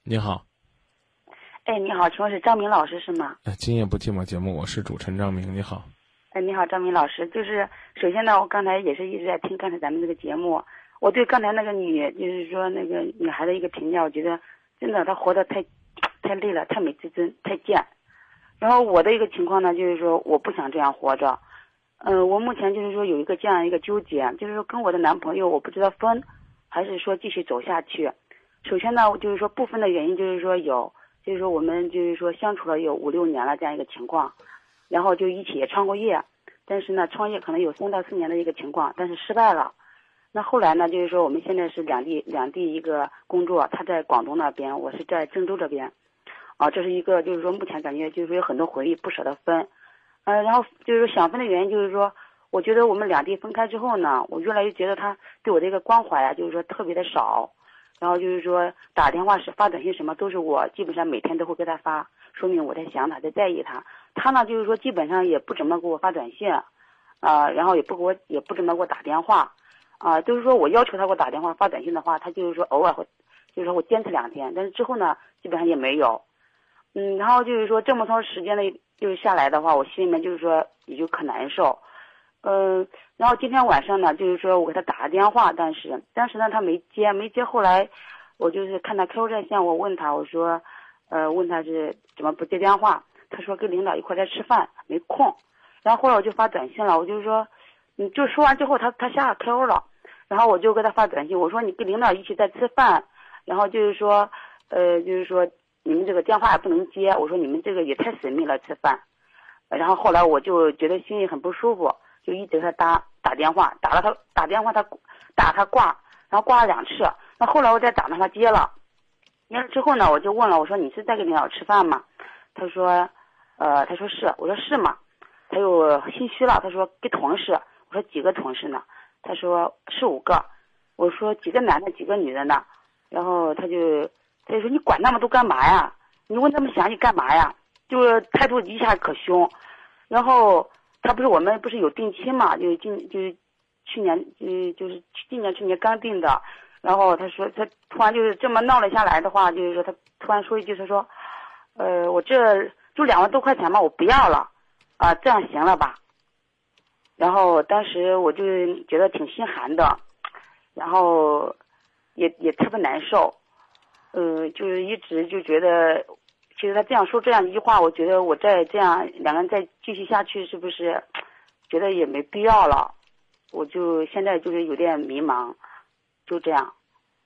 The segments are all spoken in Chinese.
你好。 哎，你好，请问是张明老师是吗？ 今夜不寂寞节目，我是主持人张明，你好。 哎，你好，张明老师。就是首先呢，我刚才也是一直在听刚才咱们这个节目，我对刚才那个就是说那个女孩的一个评价，我觉得真的她活得太累了，太没自尊，太贱。然后我的一个情况呢，就是说我不想这样活着。我目前就是说有一个这样一个纠结，就是说跟我的男朋友我不知道分，还是说继续走下去。首先呢，就是说部分的原因就是说就是说我们就是说相处了有5、6年了这样一个情况，然后就一起也创过业，但是呢创业可能有3到4年的一个情况，但是失败了。那后来呢，就是说我们现在是两地一个工作，他在广东那边，我是在郑州这边。这是一个就是说目前感觉就是说有很多回忆不舍得分。然后就是说想分的原因就是说，我觉得我们两地分开之后呢，我越来越觉得他对我的一个关怀啊，就是说特别的少。然后就是说打电话发短信什么都是我基本上每天都会给他发，说明我在想他，在在意他。他呢就是说基本上也不怎么给我发短信，然后也不怎么给我打电话，就是说我要求他给我打电话发短信的话，他就是说偶尔会，就是说我坚持2天，但是之后呢基本上也没有。然后就是说这么长时间的就是下来的话，我心里面就是说也就可难受。然后今天晚上呢，就是说我给他打了电话，但是呢他没接。后来我就是看他 QQ 在线，我问他，我说，问他是怎么不接电话，他说跟领导一块在吃饭，没空。然后后来我就发短信了，我就说，就说完之后他下了 QQ 了，然后我就给他发短信，我说你跟领导一起在吃饭，然后就是说你们这个电话也不能接，我说你们这个也太神秘了吃饭。然后后来我就觉得心里很不舒服。就一直给他打电话，打电话他挂，然后挂了2次。那后来我再打他接了之后呢，我就问了，我说你是在跟领导吃饭吗？他说是。我说是吗？他又心虚了，他说跟同事。我说几个同事呢？他说4、5个。我说几个男的几个女的呢？然后他就说你管那么多干嘛呀？你问那么详细干嘛呀？就是态度一下可凶。然后我们不是有定期嘛，就是去年就是今年去年刚定的。然后他说他突然就是这么闹了下来的话，就是说他突然说一句，他说我这就2万多块钱嘛，我不要了这样行了吧？然后当时我就觉得挺心寒的，然后也特别难受。就是一直就觉得其实他这样说这样一句话，我觉得我再这样2个人再继续下去，是不是觉得也没必要了？我就现在就是有点迷茫，就这样。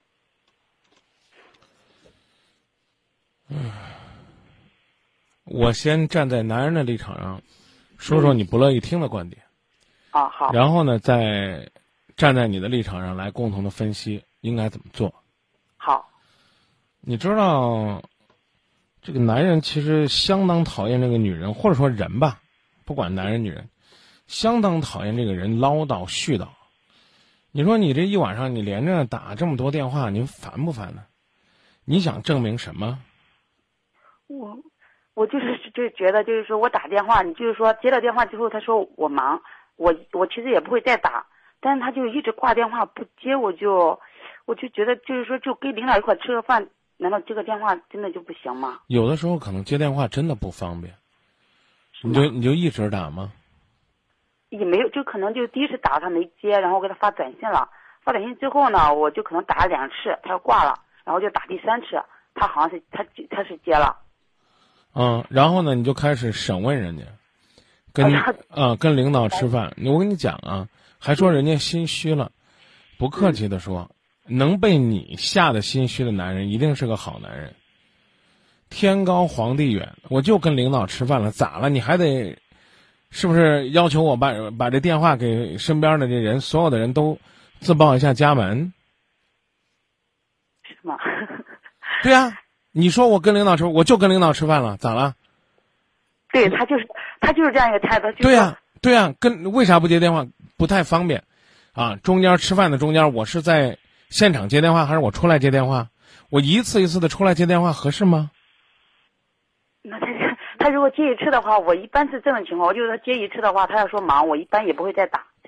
我先站在男人的立场上，说说你不乐意听的观点。 好。 然后呢，再站在你的立场上来共同的分析应该怎么做。 好。 你知道，这个男人其实相当讨厌这个女人，或者说人吧，不管男人女人，相当讨厌这个人唠叨絮叨。你说你这一晚上你连着打这么多电话，你烦不烦呢？你想证明什么？ 我就是觉得就是说我打电话，你就是说接了电话之后，他说我忙，我其实也不会再打，但是他就一直挂电话不接，我就觉得就是说就跟领导一块吃个饭，难道接个电话真的就不行吗？ 有的时候可能接电话真的不方便，你就一直打吗？ 也没有，就可能就第一次打他没接，然后我给他发短信了，发短信之后呢，我就可能打了2次，他要挂了，然后就打第3次，他好像是他是接了。 然后呢，你就开始审问人家，跟领导吃饭，我跟你讲啊，还说人家心虚了，不客气的说，能被你吓得心虚的男人一定是个好男人。天高皇帝远，我就跟领导吃饭了，咋了？你还得是不是要求我把这电话给身边的这人，所有的人都自报一下家门？ 是吗？ 对啊，你说我跟领导吃，我就跟领导吃饭了，咋了？ 对，他就是这样一个态度。 对呀，为啥不接电话？不太方便中间吃饭的中间，我是在现场接电话，还是我出来接电话？我一次一次的出来接电话合适吗？ 那他如果接1次的话，我一般是这种情况，我就是他接1次的话，他要说忙，我一般也不会再打，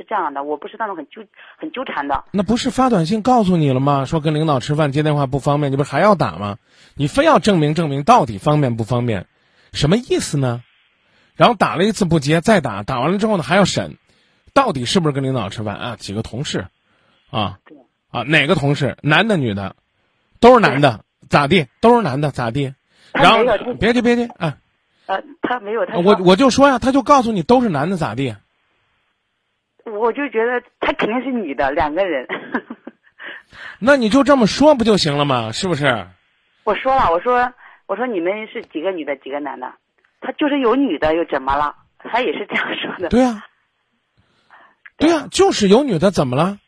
是这样的，我不是那种很纠缠的。 那不是发短信告诉你了吗？说跟领导吃饭接电话不方便，你不是还要打吗？你非要证明到底方便不方便，什么意思呢？然后打了一次不接，再打，打完了之后呢还要审，到底是不是跟领导吃饭啊？几个同事，哪个同事，男的女的，都是男的，咋地？都是男的，咋地？然后别介啊。 他没有， 我就说呀，他就告诉你都是男的，咋地？ 我就觉得他肯定是女的，两个人。 那你就这么说不就行了吗？是不是？ 我说了，我说你们是几个女的，几个男的？他就是有女的，又怎么了？他也是这样说的。 对呀，对呀，就是有女的，怎么了？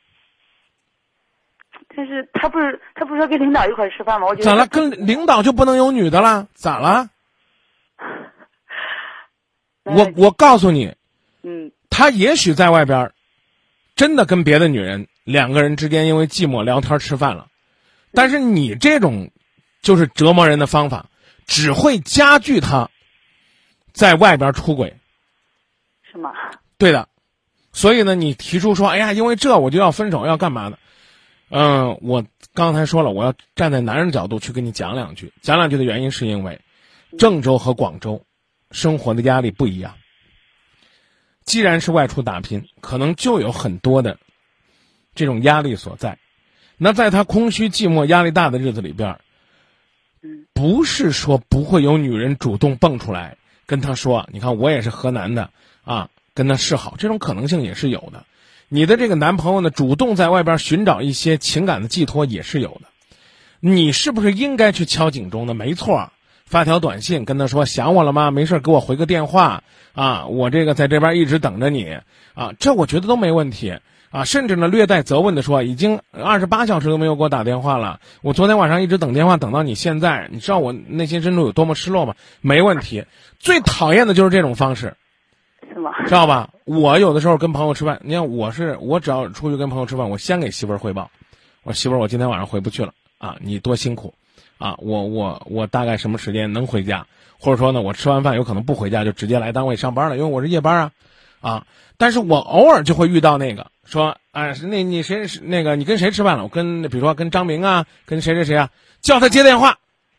但是他不是说跟领导一块吃饭吗？我觉得咋了？跟领导就不能有女的了？咋了？我告诉你，他也许在外边真的跟别的女人两个人之间因为寂寞聊天吃饭了，但是你这种就是折磨人的方法，只会加剧他在外边出轨， 是吗？ 对的。所以呢，你提出说，哎呀，因为这我就要分手，要干嘛的？我刚才说了，我要站在男人角度去跟你讲两句的原因是因为郑州和广州生活的压力不一样。既然是外出打拼，可能就有很多的这种压力所在。那在他空虚寂寞压力大的日子里边，不是说不会有女人主动蹦出来跟他说，你看我也是河南的啊，跟他示好，这种可能性也是有的。你的这个男朋友呢，主动在外边寻找一些情感的寄托也是有的。你是不是应该去敲警钟呢？没错，发条短信跟他说，想我了吗？没事给我回个电话啊，我这个在这边一直等着你啊，这我觉得都没问题啊。甚至呢略带责问的说，已经28小时都没有给我打电话了，我昨天晚上一直等电话等到你现在，你知道我内心深处有多么失落吗？没问题。最讨厌的就是这种方式， 是吗？ 知道吧？我有的时候跟朋友吃饭，你看我只要出去跟朋友吃饭，我先给媳妇儿汇报，我媳妇儿我今天晚上回不去了啊，你多辛苦啊，我大概什么时间能回家，或者说呢我吃完饭有可能不回家就直接来单位上班了，因为我是夜班啊，但是我偶尔就会遇到那个说，你谁那个你跟谁吃饭了？我跟比如说跟张明啊，跟谁啊，叫他接电话。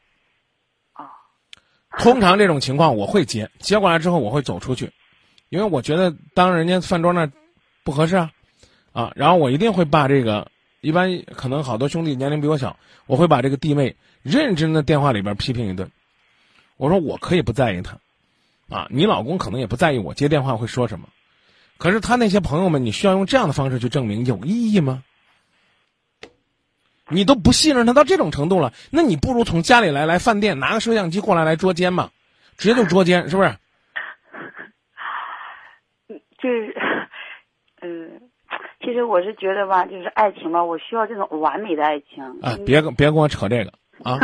通常这种情况我会接过来之后我会走出去，因为我觉得当人家饭桌那不合适啊，然后我一定会把这个，一般可能好多兄弟年龄比我小，我会把这个弟妹认真的电话里边批评一顿。我说我可以不在意他啊，你老公可能也不在意我接电话会说什么，可是他那些朋友们，你需要用这样的方式去证明有意义吗？你都不信任他到这种程度了，那你不如从家里来饭店拿个摄像机过来捉奸嘛，直接就捉奸，是不是？ 就是，其实我是觉得吧，就是爱情吧，我需要这种完美的爱情。 啊，别跟我扯这个啊。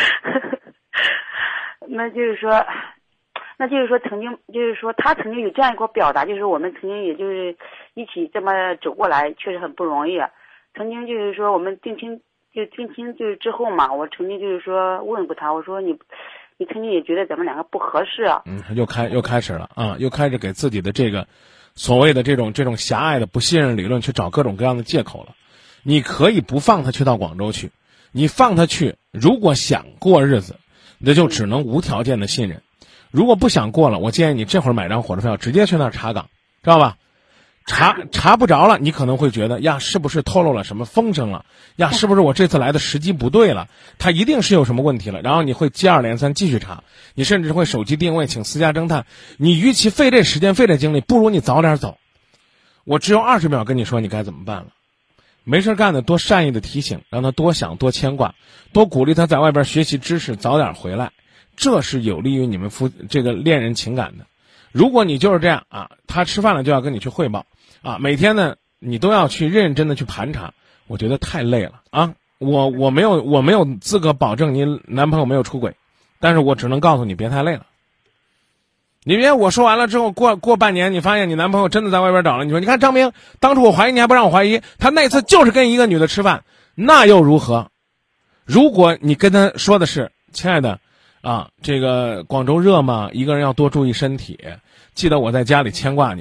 那就是说曾经就是说他曾经有这样一个表达，就是我们曾经也就是一起这么走过来，确实很不容易。曾经就是说我们定亲就是之后嘛，我曾经就是说问过他，我说你曾经也觉得咱们两个不合适啊。 又开始了啊，又开始给自己的这个所谓的这种狭隘的不信任理论去找各种各样的借口了。你可以不放他去到广州去，你放他去，如果想过日子，那就只能无条件的信任。如果不想过了，我建议你这会儿买张火车票直接去那儿查岗，知道吧？查不着了，你可能会觉得呀，是不是透露了什么风声了？呀，是不是我这次来的时机不对了？他一定是有什么问题了。然后你会接二连三继续查，你甚至会手机定位，请私家侦探。你与其费这时间费这精力，不如你早点走。我只有20秒跟你说你该怎么办了。没事干的多善意的提醒，让他多想多牵挂，多鼓励他在外边学习知识，早点回来，这是有利于你们这个恋人情感的。如果你就是这样啊，他吃饭了就要跟你去汇报啊，每天呢你都要去认真的去盘查，我觉得太累了啊。我没有资格保证您男朋友没有出轨，但是我只能告诉你别太累了。你别我说完了之后过半年，你发现你男朋友真的在外边找了，你说你看张明，当初我怀疑你还不让我怀疑，他那次就是跟一个女的吃饭，那又如何？如果你跟他说的是亲爱的啊，这个广州热嘛，一个人要多注意身体，记得我在家里牵挂你。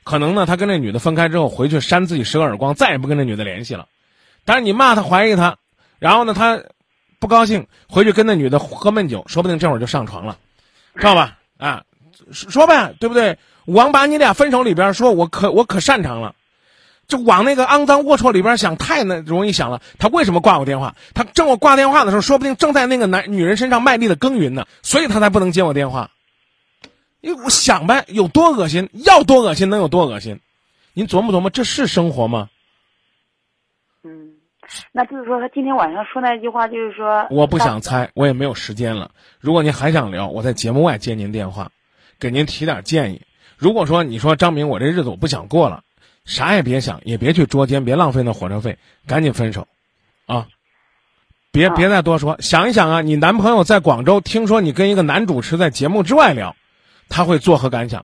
可能呢他跟这女的分开之后回去扇自己10个耳光，再也不跟这女的联系了。但是你骂他怀疑他，然后呢他不高兴，回去跟那女的喝闷酒，说不定这会儿就上床了，知道吧？啊，说呗，对不对？往把你俩分手里边说我可擅长了，就往那个肮脏龌龊里边想，太容易想了。他为什么挂我电话？他正我挂电话的时候，说不定正在那个女人身上卖力的耕耘呢，所以他才不能接我电话。因为我想呗，有多恶心，要多恶心能有多恶心？您琢磨琢磨，这是生活吗？ 那就是说他今天晚上说那句话，就是说我不想猜，我也没有时间了。如果您还想聊，我在节目外接您电话，给您提点建议。如果说你说张明，我这日子我不想过了，啥也别想，也别去捉奸，别浪费那火车费，赶紧分手，啊！别再多说，想一想啊，你男朋友在广州，听说你跟一个男主持在节目之外聊，他会作何感想？